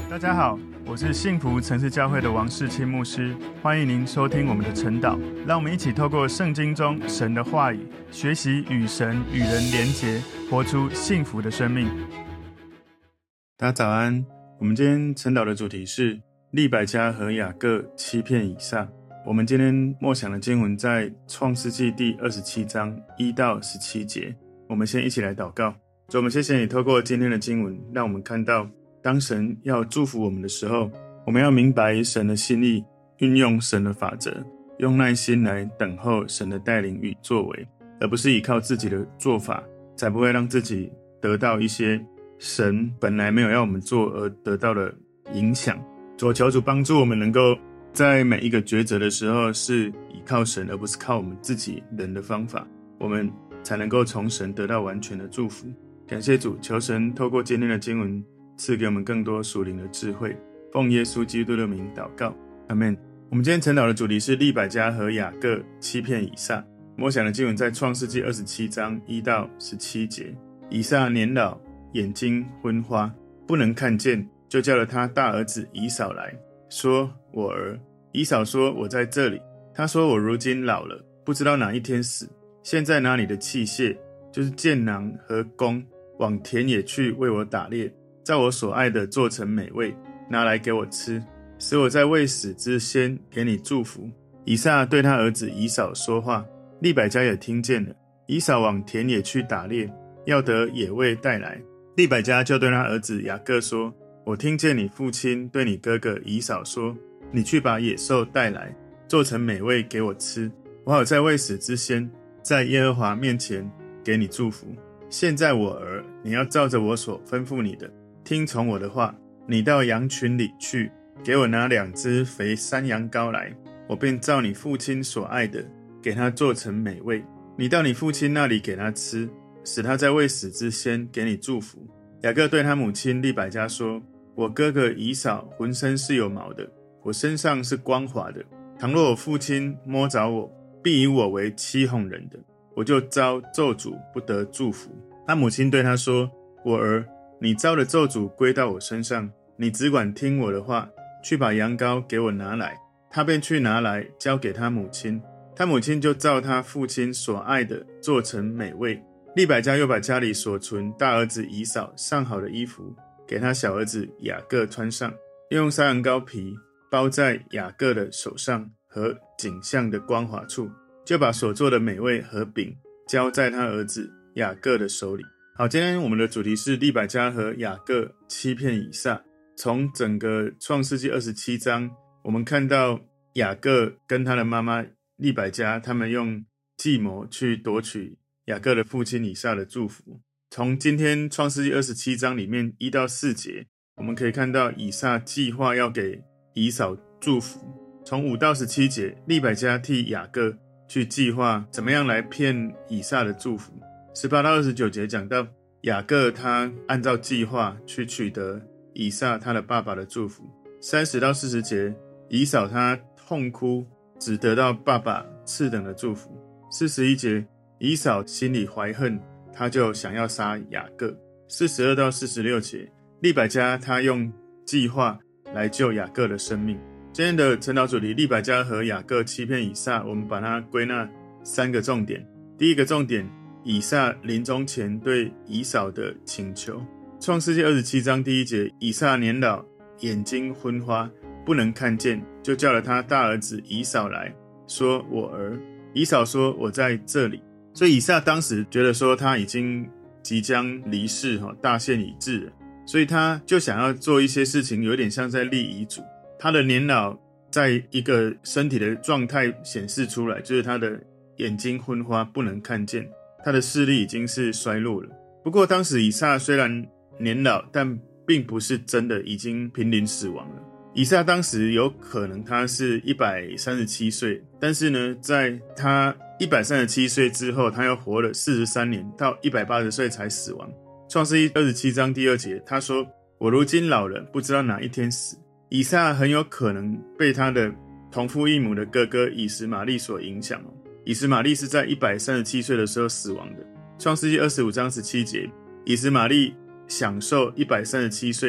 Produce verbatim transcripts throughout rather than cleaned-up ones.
大家好，我是幸福城市教会的王世清牧师，欢迎您收听我们的晨祷。让我们一起透过圣经中神的话语，学习与神与人连结，活出幸福的生命。大家早安，我们今天晨祷的主题是利百加和雅各欺骗以撒。我们今天默想的经文在创世纪第二十七章一到十七节。我们先一起来祷告。主，我们谢谢你透过今天的经文，让我们看到当神要祝福我们的时候，我们要明白神的心意，运用神的法则，用耐心来等候神的带领与作为，而不是依靠自己的做法，才不会让自己得到一些神本来没有要我们做而得到的影响。主，求主帮助我们能够在每一个抉择的时候是依靠神，而不是靠我们自己人的方法，我们才能够从神得到完全的祝福。感谢主，求神透过今天的经文赐给我们更多属灵的智慧，奉耶稣基督的名祷告，阿们。我们今天晨祷的主题是利百加和雅各欺骗以撒。默想的经文在创世纪二十七章一到十七节。以撒年老，眼睛昏花，不能看见，就叫了他大儿子以扫来，说：我儿。以扫说：我在这里。他说：我如今老了，不知道哪一天死，现在拿你的器械，就是箭囊和弓，往田野去为我打猎，照我所爱的做成美味，拿来给我吃，使我在未死之先给你祝福。以撒对他儿子以扫说话，利百加也听见了。以扫往田野去打猎，要得野味带来。利百加就对他儿子雅各说：我听见你父亲对你哥哥以扫说，你去把野兽带来，做成美味给我吃，我好在未死之先在耶和华面前给你祝福。现在我儿，你要照着我所吩咐你的，听从我的话，你到羊群里去，给我拿两只肥山羊羔来，我便照你父亲所爱的，给他做成美味。你到你父亲那里给他吃，使他在未死之先给你祝福。雅各对他母亲利百加说：我哥哥以扫浑身是有毛的，我身上是光滑的，倘若我父亲摸着我，必以我为欺哄人的，我就遭咒诅，不得祝福。他母亲对他说：我儿，你遭的咒诅归到我身上，你只管听我的话，去把羊羔给我拿来。他便去拿来，交给他母亲。他母亲就照他父亲所爱的做成美味。利百加又把家里所存大儿子以扫上好的衣服给他小儿子雅各穿上，又用山羊羔皮包在雅各的手上和颈项的光滑处，就把所做的美味和饼交在他儿子雅各的手里。好，今天我们的主题是利百加和雅各欺骗以撒。从整个创世纪二十七章，我们看到雅各跟他的妈妈利百加，他们用计谋去夺取雅各的父亲以撒的祝福。从今天创世纪二十七章里面一到四节，我们可以看到以撒计划要给以扫祝福。从五到十七节，利百加替雅各去计划怎么样来骗以撒的祝福。十八到二十九节讲到雅各他按照计划去取得以撒他的爸爸的祝福。三十到四十节，以扫他痛哭，只得到爸爸次等的祝福。四十一节，以扫心里怀恨，他就想要杀雅各。四十二到四十六节，利百加他用计划来救雅各的生命。今天的晨祷主题，利百加和雅各欺骗以撒，我们把它归纳三个重点。第一个重点，以撒临终前对以扫的请求。创世纪二十七章第一节，以撒年老，眼睛昏花，不能看见，就叫了他大儿子以扫来，说：我儿。以扫说：我在这里。所以以撒当时觉得说他已经即将离世，大限已至了，所以他就想要做一些事情，有点像在立遗嘱。他的年老在一个身体的状态显示出来，就是他的眼睛昏花，不能看见，他的视力已经是衰落了。不过当时以撒虽然年老，但并不是真的已经濒临死亡了。以撒当时有可能他是一百三十七岁，但是呢，在他一百三十七岁之后，他又活了四十三年，到一百八十岁才死亡。创世记二十七章第二节，他说：我如今老了，不知道哪一天死。以撒很有可能被他的同父异母的哥哥以实玛利所影响。以实玛利是在一百三十七岁的时候死亡的。创世记二十五章十七节，以实玛利享受一百三十七岁，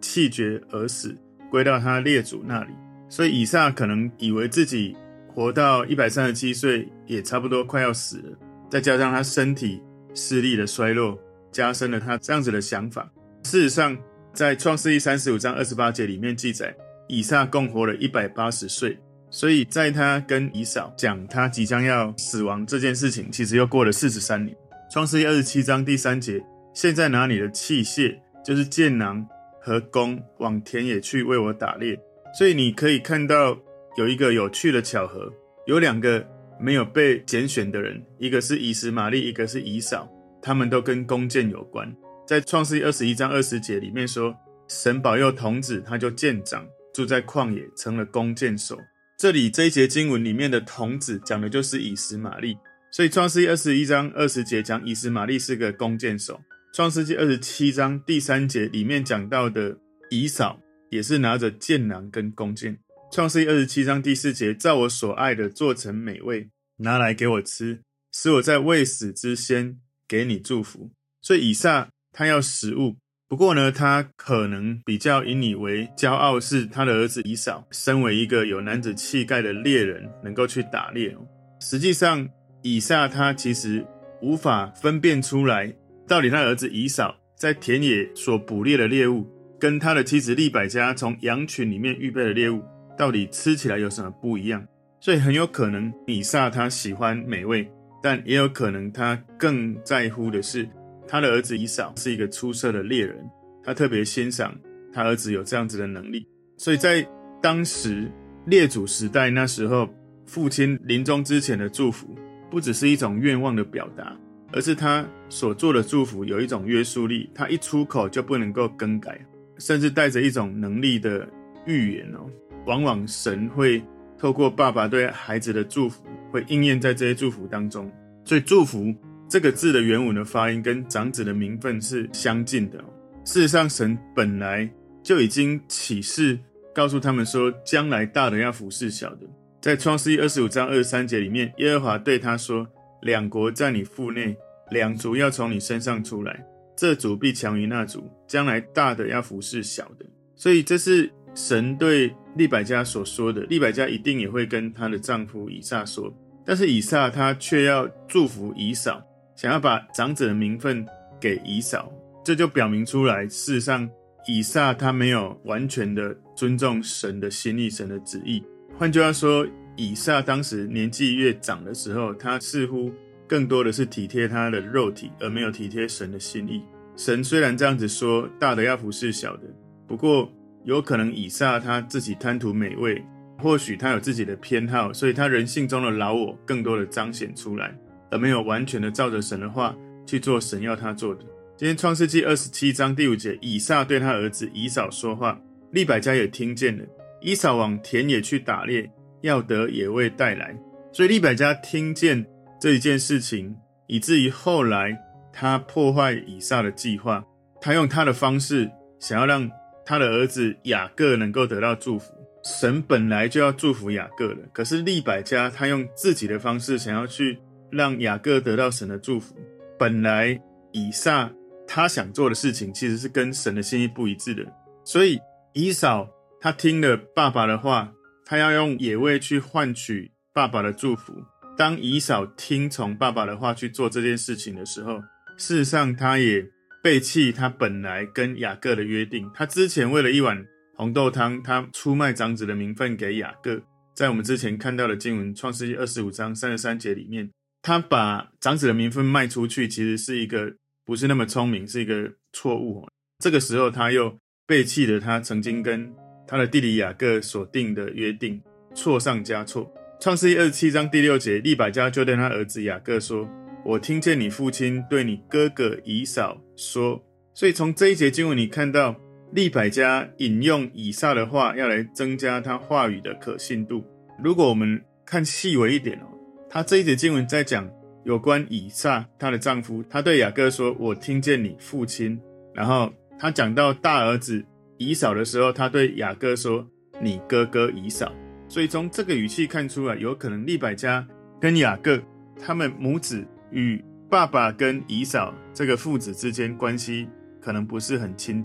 气绝而死，归到他列祖那里。所以以撒可能以为自己活到一百三十七岁也差不多快要死了，再加上他身体视力的衰弱，加深了他这样子的想法。事实上在创世记三十五章二十八节里面记载，以撒共活了一百八十岁，所以在他跟以扫讲他即将要死亡这件事情，其实又过了四十三年。创世记二十七章第三节，现在拿你的器械，就是箭囊和弓，往田野去为我打猎。所以你可以看到有一个有趣的巧合，有两个没有被拣选的人，一个是以实玛利，一个是以扫，他们都跟弓箭有关。在创世记二十一章二十节里面说，神保佑童子，他就渐长，住在旷野，成了弓箭手。这里这一节经文里面的童子讲的就是以实玛利，所以创世记二十一章二十节讲以实玛利是个弓箭手。创世记二十七章第三节里面讲到的以扫也是拿着箭囊跟弓箭。创世记二十七章第四节，照我所爱的做成美味，拿来给我吃，使我在未死之先给你祝福。所以以撒他要食物，不过呢，他可能比较引以为骄傲，是他的儿子以扫身为一个有男子气概的猎人，能够去打猎。实际上以撒他其实无法分辨出来，到底他儿子以扫在田野所捕猎的猎物，跟他的妻子利百加从羊群里面预备的猎物，到底吃起来有什么不一样。所以很有可能以撒他喜欢美味，但也有可能他更在乎的是他的儿子以扫是一个出色的猎人，他特别欣赏他儿子有这样子的能力。所以在当时列祖时代，那时候父亲临终之前的祝福不只是一种愿望的表达，而是他所做的祝福有一种约束力，他一出口就不能够更改，甚至带着一种能力的预言哦。往往神会透过爸爸对孩子的祝福，会应验在这些祝福当中。所以祝福这个字的原文的发音跟长子的名分是相近的。事实上神本来就已经启示告诉他们说，将来大的要服侍小的。在创世记二十五章二十三节里面，耶和华对他说，两国在你腹内，两族要从你身上出来，这族必强于那族，将来大的要服侍小的。所以这是神对利百加所说的，利百加一定也会跟她的丈夫以撒说，但是以撒他却要祝福以扫，想要把长子的名分给以扫，这就表明出来，事实上以撒他没有完全的尊重神的心意，神的旨意。换句话说，以撒当时年纪越长的时候，他似乎更多的是体贴他的肉体，而没有体贴神的心意。神虽然这样子说，大的要服侍小的，不过有可能以撒他自己贪图美味，或许他有自己的偏好，所以他人性中的老我更多的彰显出来，而没有完全的照着神的话去做神要他做的。今天创世记二十七章第五节，以撒对他儿子以扫说话，利百加也听见了。以扫往田野去打猎，要得野味带来。所以利百加听见这一件事情，以至于后来他破坏以撒的计划，他用他的方式想要让他的儿子雅各能够得到祝福。神本来就要祝福雅各了，可是利百加他用自己的方式想要去让雅各得到神的祝福。本来以撒他想做的事情其实是跟神的心意不一致的，所以以扫他听了爸爸的话，他要用野味去换取爸爸的祝福。当以扫听从爸爸的话去做这件事情的时候，事实上他也背弃他本来跟雅各的约定。他之前为了一碗红豆汤，他出卖长子的名分给雅各。在我们之前看到的经文创世记二十五章三十三节里面，他把长子的名分卖出去，其实是一个不是那么聪明，是一个错误。这个时候他又背弃了他曾经跟他的弟弟雅各所定的约定，错上加错。创世记二十七章第六节，利百加就对他儿子雅各说，我听见你父亲对你哥哥以扫说。所以从这一节经文你看到利百加引用以撒的话，要来增加他话语的可信度。如果我们看细微一点哦，他这一节经文在讲有关以撒他的丈夫，他对雅各说，我听见你父亲。然后他讲到大儿子以扫的时候，他对雅各说，你哥哥以扫。所以从这个语气看出来，有可能利百加跟雅各他们母子与爸爸跟以扫这个父子之间关系可能不是很亲近。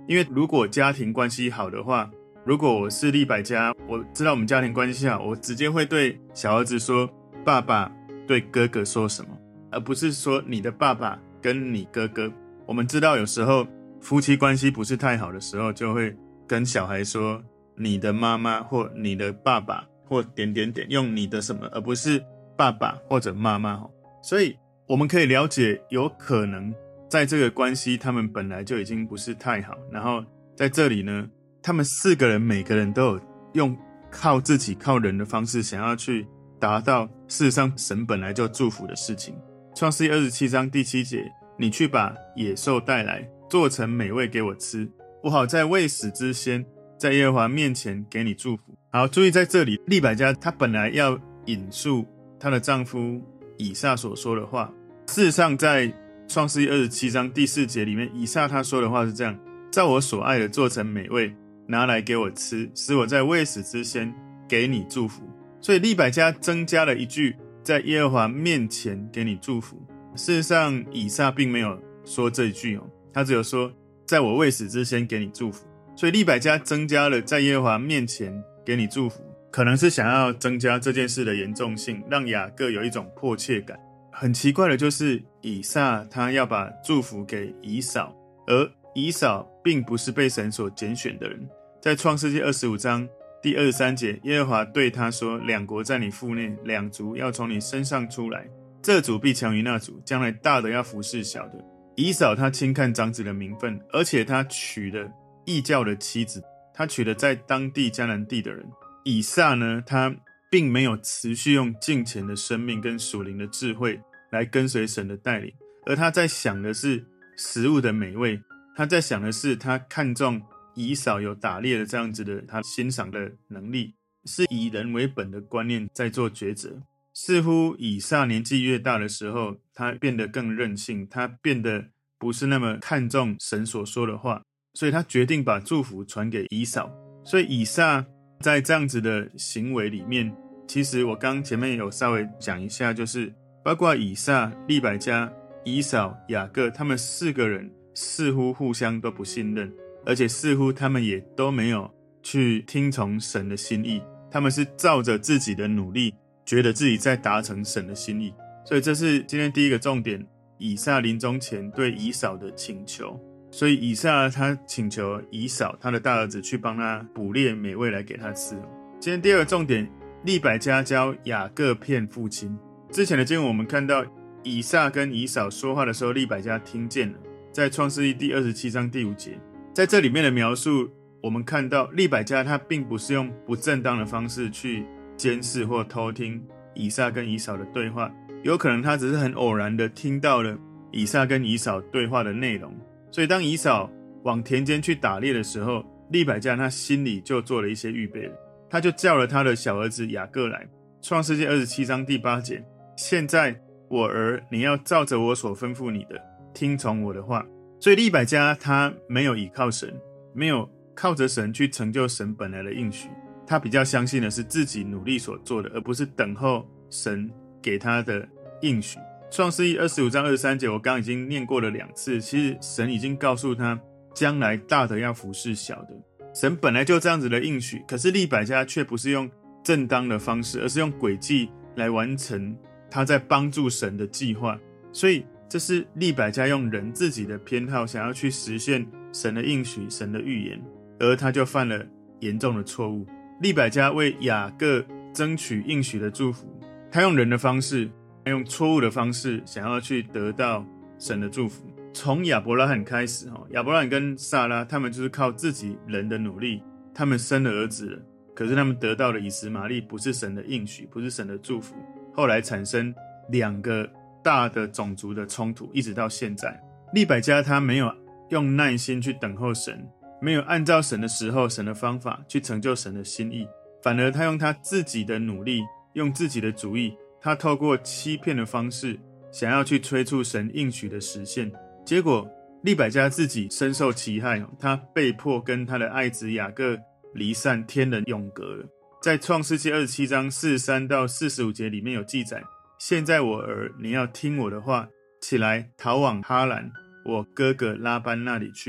因为如果家庭关系好的话，如果我是利百加，我知道我们家庭关系好，我直接会对小儿子说爸爸对哥哥说什么，而不是说你的爸爸跟你哥哥。我们知道有时候夫妻关系不是太好的时候，就会跟小孩说你的妈妈或你的爸爸或点点点，用你的什么，而不是爸爸或者妈妈。所以我们可以了解，有可能在这个关系他们本来就已经不是太好，然后在这里呢，他们四个人每个人都有用靠自己靠人的方式想要去达到事实上神本来就祝福的事情。创世记二十七章第七节，你去把野兽带来，做成美味给我吃，我好在未死之先在耶和华面前给你祝福。好，注意在这里利百加她本来要引述她的丈夫以撒所说的话，事实上在创世记二十七章第四节里面，以撒他说的话是这样，照我所爱的做成美味，拿来给我吃，使我在未死之先给你祝福。所以利百加增加了一句，在耶和华面前给你祝福。事实上以撒并没有说这一句，他只有说在我未死之先给你祝福。所以利百加增加了在耶和华面前给你祝福，可能是想要增加这件事的严重性，让雅各有一种迫切感。很奇怪的就是以撒他要把祝福给以扫，而以扫并不是被神所拣选的人。在创世纪二十五章第二十三节，耶和华对他说，两国在你腹内，两族要从你身上出来，这族必强于那族，将来大的要服侍小的。以扫他轻看长子的名分，而且他娶了异教的妻子，他娶了在当地迦南地的人。以撒呢，他并没有持续用敬虔的生命跟属灵的智慧来跟随神的带领，而他在想的是食物的美味，他在想的是他看重以扫有打猎的这样子的他欣赏的能力，是以人为本的观念在做抉择。似乎以撒年纪越大的时候，他变得更任性，他变得不是那么看重神所说的话，所以他决定把祝福传给以扫。所以以撒在这样子的行为里面，其实我刚前面有稍微讲一下，就是包括以撒、利百加、以扫、雅各，他们四个人似乎互相都不信任，而且似乎他们也都没有去听从神的心意，他们是照着自己的努力，觉得自己在达成神的心意。所以这是今天第一个重点，以撒临终前对以扫的请求。所以以撒他请求以扫他的大儿子去帮他捕猎美味来给他吃。今天第二个重点，利百加教雅各骗父亲。之前的经文我们看到以撒跟以扫说话的时候，利百加听见了，在创世记第二十七章第五节，在这里面的描述我们看到利百加他并不是用不正当的方式去监视或偷听以撒跟以扫的对话，有可能他只是很偶然的听到了以撒跟以扫对话的内容。所以当以扫往田间去打猎的时候，利百加他心里就做了一些预备了，他就叫了他的小儿子雅各来。创世纪二十七章第八节，现在我儿，你要照着我所吩咐你的，听从我的话。所以利百加他没有倚靠神，没有靠着神去成就神本来的应许，他比较相信的是自己努力所做的，而不是等候神给他的应许。创世记二十五章二十三节我刚刚已经念过了两次，其实神已经告诉他将来大的要服侍小的，神本来就这样子的应许，可是利百加却不是用正当的方式，而是用诡计来完成他在帮助神的计划。所以这是利百加用人自己的偏好想要去实现神的应许，神的预言，而他就犯了严重的错误。利百加为雅各争取应许的祝福，他用人的方式，他用错误的方式想要去得到神的祝福。从亚伯拉罕开始，亚伯拉罕跟撒拉他们就是靠自己人的努力，他们生了儿子了，可是他们得到的以实玛利不是神的应许，不是神的祝福，后来产生两个大的种族的冲突，一直到现在。利百加他没有用耐心去等候神，没有按照神的时候神的方法去成就神的心意，反而他用他自己的努力，用自己的主意，他透过欺骗的方式想要去催促神应许的实现，结果利百加自己深受其害，他被迫跟他的爱子雅各离散，天人永隔了。在创世纪二十七章四十三到四十五节里面有记载，现在我儿，你要听我的话，起来逃往哈兰我哥哥拉班那里去，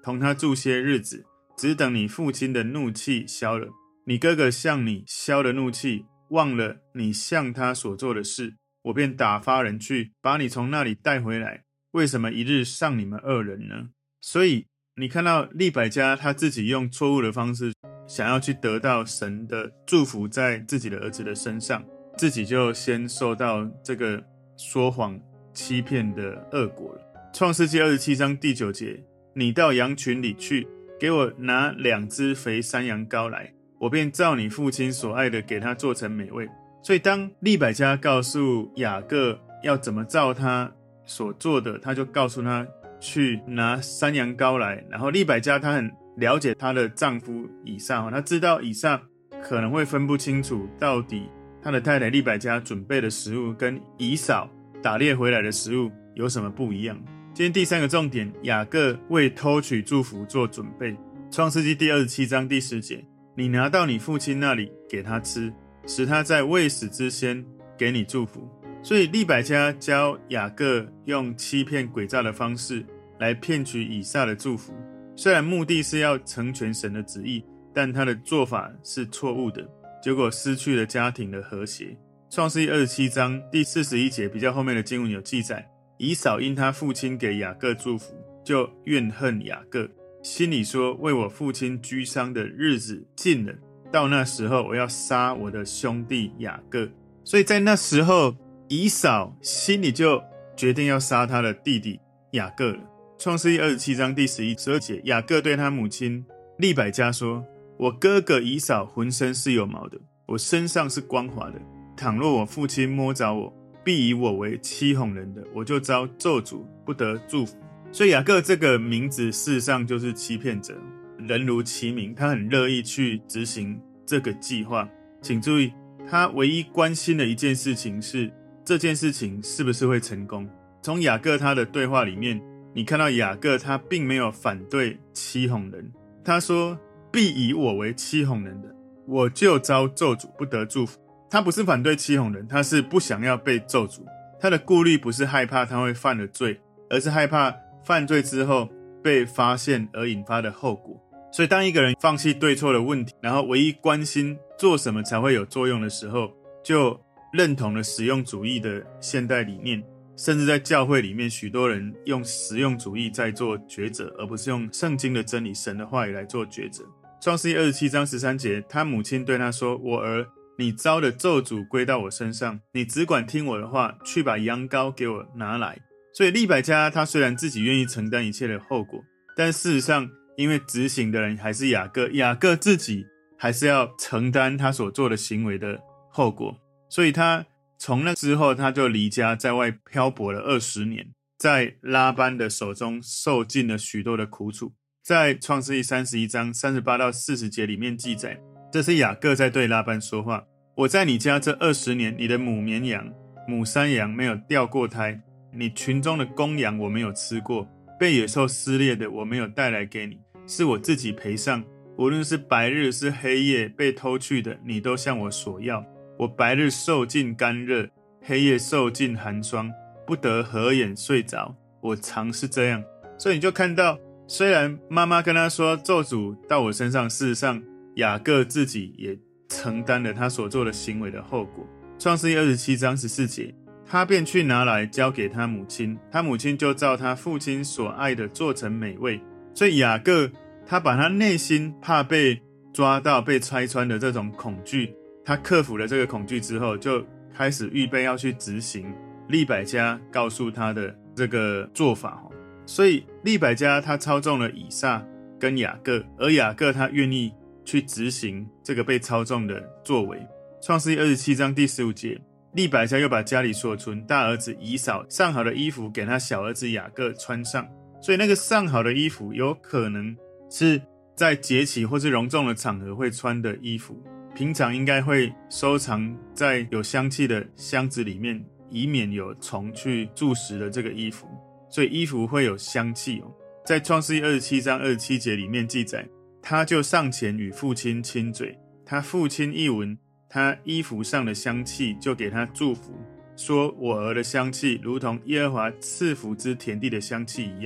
同他住些日子，只等你父亲的怒气消了。你哥哥向你消了怒气，忘了你向他所做的事，我便打发人去把你从那里带回来。为什么一日上你们二人呢？所以你看到利百加他自己用错误的方式想要去得到神的祝福在自己的儿子的身上，自己就先受到这个说谎欺骗的恶果了。创世纪二十七章第九节，你到羊群里去，给我拿两只肥山羊羔来，我便照你父亲所爱的给他做成美味。所以当利百加告诉雅各要怎么照他所做的，他就告诉他去拿山羊羔来。然后利百加他很了解她的丈夫以撒，他知道以撒可能会分不清楚到底他的太太利百加准备的食物跟以扫打猎回来的食物有什么不一样。今天第三个重点，雅各为偷取祝福做准备。创世纪第二十七章第十节，你拿到你父亲那里给他吃，使他在未死之先给你祝福。所以利百加教雅各用欺骗诡诈的方式来骗取以撒的祝福，虽然目的是要成全神的旨意，但他的做法是错误的，结果失去了家庭的和谐。创世纪二十七章第四十一节比较后面的经文有记载，以扫因他父亲给雅各祝福，就怨恨雅各，心里说，为我父亲居丧的日子近了，到那时候我要杀我的兄弟雅各。所以在那时候以扫心里就决定要杀他的弟弟雅各了。创世纪二十七章第十一、十二节，雅各对他母亲利百加说，我哥哥以扫浑身是有毛的，我身上是光滑的，倘若我父亲摸着我，必以我为欺哄人的，我就遭咒诅，不得祝福。所以雅各这个名字事实上就是欺骗者，人如其名，他很乐意去执行这个计划。请注意，他唯一关心的一件事情是这件事情是不是会成功。从雅各他的对话里面，你看到雅各他并没有反对欺哄人，他说必以我为欺哄人的，我就遭咒诅，不得祝福。他不是反对欺哄人，他是不想要被咒诅。他的顾虑不是害怕他会犯了罪，而是害怕犯罪之后被发现而引发的后果。所以当一个人放弃对错的问题，然后唯一关心做什么才会有作用的时候，就认同了实用主义的现代理念。甚至在教会里面，许多人用实用主义在做抉择，而不是用圣经的真理、神的话语来做抉择。创世记二十七章十三节，他母亲对他说，我儿，你遭的咒诅归到我身上，你只管听我的话，去把羊羔给我拿来。所以利百加他虽然自己愿意承担一切的后果，但事实上因为执行的人还是雅各，雅各自己还是要承担他所做的行为的后果。所以他从那之后他就离家在外漂泊了二十年，在拉班的手中受尽了许多的苦楚。在创世记三十一章三十八到四十节里面记载，这是雅各在对拉班说话，我在你家这二十年，你的母绵羊、母山羊没有掉过胎，你群中的公羊我没有吃过，被野兽撕裂的我没有带来给你，是我自己赔上。无论是白日是黑夜被偷去的，你都向我索要。我白日受尽干热，黑夜受尽寒霜，不得合眼睡着，我常是这样。所以你就看到，虽然妈妈跟他说咒诅到我身上，事实上雅各自己也承担了他所做的行为的后果。创世记二十七章十四节，他便去拿来交给他母亲，他母亲就照他父亲所爱的做成美味。所以雅各他把他内心怕被抓到被拆穿的这种恐惧，他克服了这个恐惧之后，就开始预备要去执行利百加告诉他的这个做法。所以利百加他操纵了以撒跟雅各，而雅各他愿意去执行这个被操纵的作为。创世记二十七章第十五节，利百加又把家里所存大儿子以扫上好的衣服给他小儿子雅各穿上。所以那个上好的衣服有可能是在节期或是隆重的场合会穿的衣服，平常应该会收藏在有香气的箱子里面，以免有虫去蛀食的这个衣服。所以衣服会有香气哦。在创世记二十七章二十七节里面记载，他就上前与父亲亲嘴，他父亲一闻他衣服上的香气，就给他祝福，说我儿的香气如同耶和华赐福之田地的香气一样。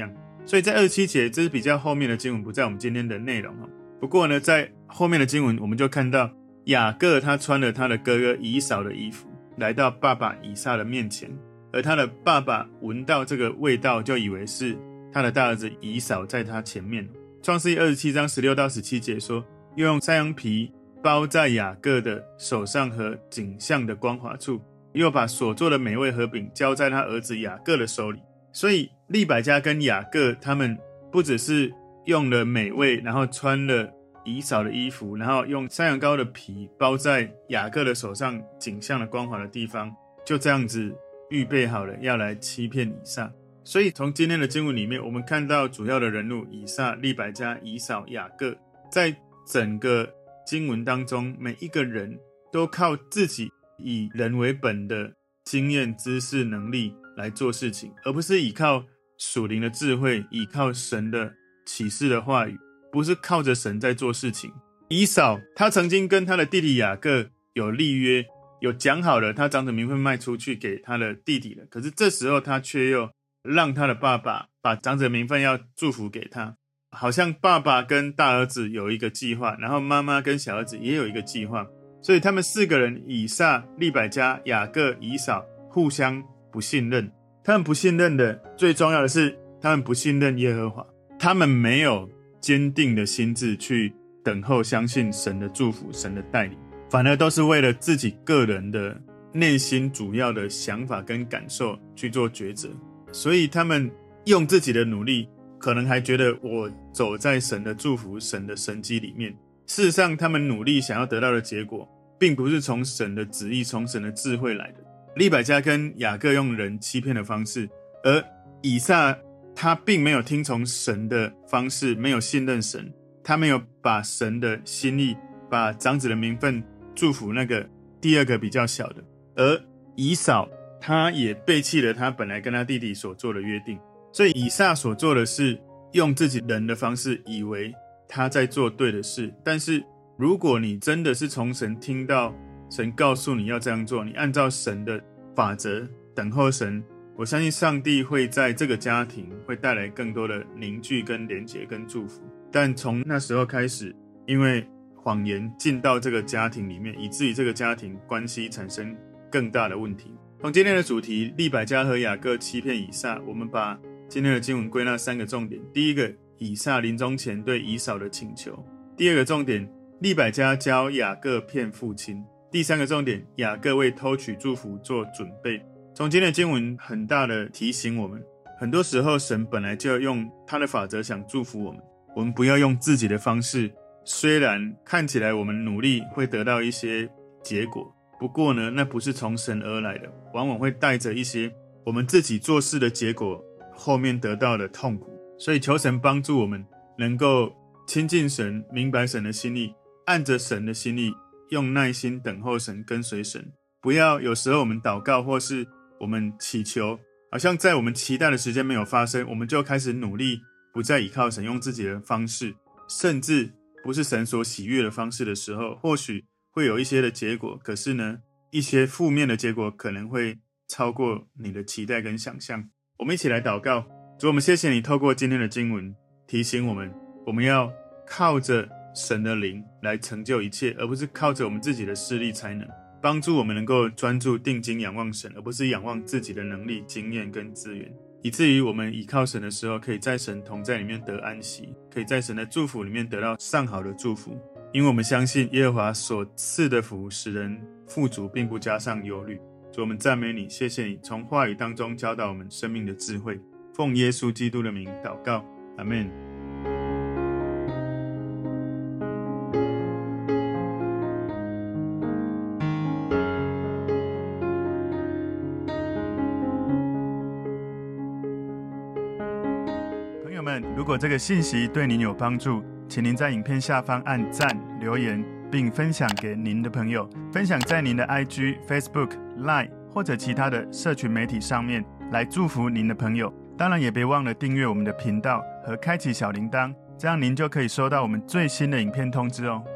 所以在二十七节，这是比较后面的经文，不在我们今天的内容。不过呢，在后面的经文我们就看到雅各他穿了他的哥哥以扫的衣服，来到爸爸以撒的面前，而他的爸爸闻到这个味道，就以为是他的大儿子以扫在他前面。创世记二十七章十六到十七节说，又用山羊皮包在雅各的手上和颈项的光滑处，又把所做的美味和饼交在他儿子雅各的手里。所以利百加跟雅各他们不只是用了美味，然后穿了以扫的衣服，然后用山羊羔的皮包在雅各的手上颈项的光滑的地方，就这样子预备好了要来欺骗以撒。所以从今天的经文里面，我们看到主要的人物以撒、利百加、以扫、雅各，在整个经文当中，每一个人都靠自己以人为本的经验、知识、能力来做事情，而不是依靠属灵的智慧，依靠神的启示的话语，不是靠着神在做事情。以扫他曾经跟他的弟弟雅各有立约，有讲好了他长子名分卖出去给他的弟弟了，可是这时候他却又让他的爸爸把长子名分要祝福给他，好像爸爸跟大儿子有一个计划，然后妈妈跟小儿子也有一个计划，所以他们四个人以撒、利百加、雅各、以扫互相不信任。他们不信任的最重要的是他们不信任耶和华，他们没有坚定的心智去等候相信神的祝福、神的带领，反而都是为了自己个人的内心主要的想法跟感受去做抉择。所以他们用自己的努力，可能还觉得我走在神的祝福、神的神迹里面，事实上他们努力想要得到的结果并不是从神的旨意、从神的智慧来的。利百加跟雅各用人欺骗的方式，而以撒他并没有听从神的方式，没有信任神，他没有把神的心意，把长子的名分祝福那个第二个比较小的。而以扫他也背弃了他本来跟他弟弟所做的约定，所以以撒所做的是用自己人的方式，以为他在做对的事。但是如果你真的是从神听到神告诉你要这样做，你按照神的法则等候神，我相信上帝会在这个家庭会带来更多的凝聚跟连结跟祝福。但从那时候开始，因为谎言进到这个家庭里面，以至于这个家庭关系产生更大的问题。从今天的主题利百加和雅各欺骗以撒，我们把今天的经文归纳三个重点。第一个，以撒临终前对以扫的请求；第二个重点，利百加教雅各骗父亲；第三个重点，雅各为偷取祝福做准备。从今天的经文很大的提醒我们，很多时候神本来就要用他的法则想祝福我们，我们不要用自己的方式，虽然看起来我们努力会得到一些结果，不过呢，那不是从神而来的，往往会带着一些我们自己做事的结果后面得到的痛苦。所以求神帮助我们能够亲近神，明白神的心意，按着神的心意用耐心等候神，跟随神。不要有时候我们祷告或是我们祈求，好像在我们期待的时间没有发生，我们就开始努力不再依靠神，用自己的方式，甚至不是神所喜悦的方式的时候，或许会有一些的结果，可是呢，一些负面的结果可能会超过你的期待跟想象。我们一起来祷告。主，我们谢谢你透过今天的经文提醒我们，我们要靠着神的灵来成就一切，而不是靠着我们自己的势力才能。帮助我们能够专注定睛仰望神，而不是仰望自己的能力、经验跟资源，以至于我们倚靠神的时候，可以在神同在里面得安息，可以在神的祝福里面得到上好的祝福。因为我们相信耶和华所赐的福使人富足，并不加上忧虑。主，我们赞美你，谢谢你从话语当中教导我们生命的智慧。奉耶稣基督的名祷告，阿们。朋友们，如果这个信息对您有帮助，请您在影片下方按赞、留言，并分享给您的朋友，分享在您的 I G、Facebook、Line 或者其他的社群媒体上面，来祝福您的朋友。当然也别忘了订阅我们的频道和开启小铃铛，这样您就可以收到我们最新的影片通知哦。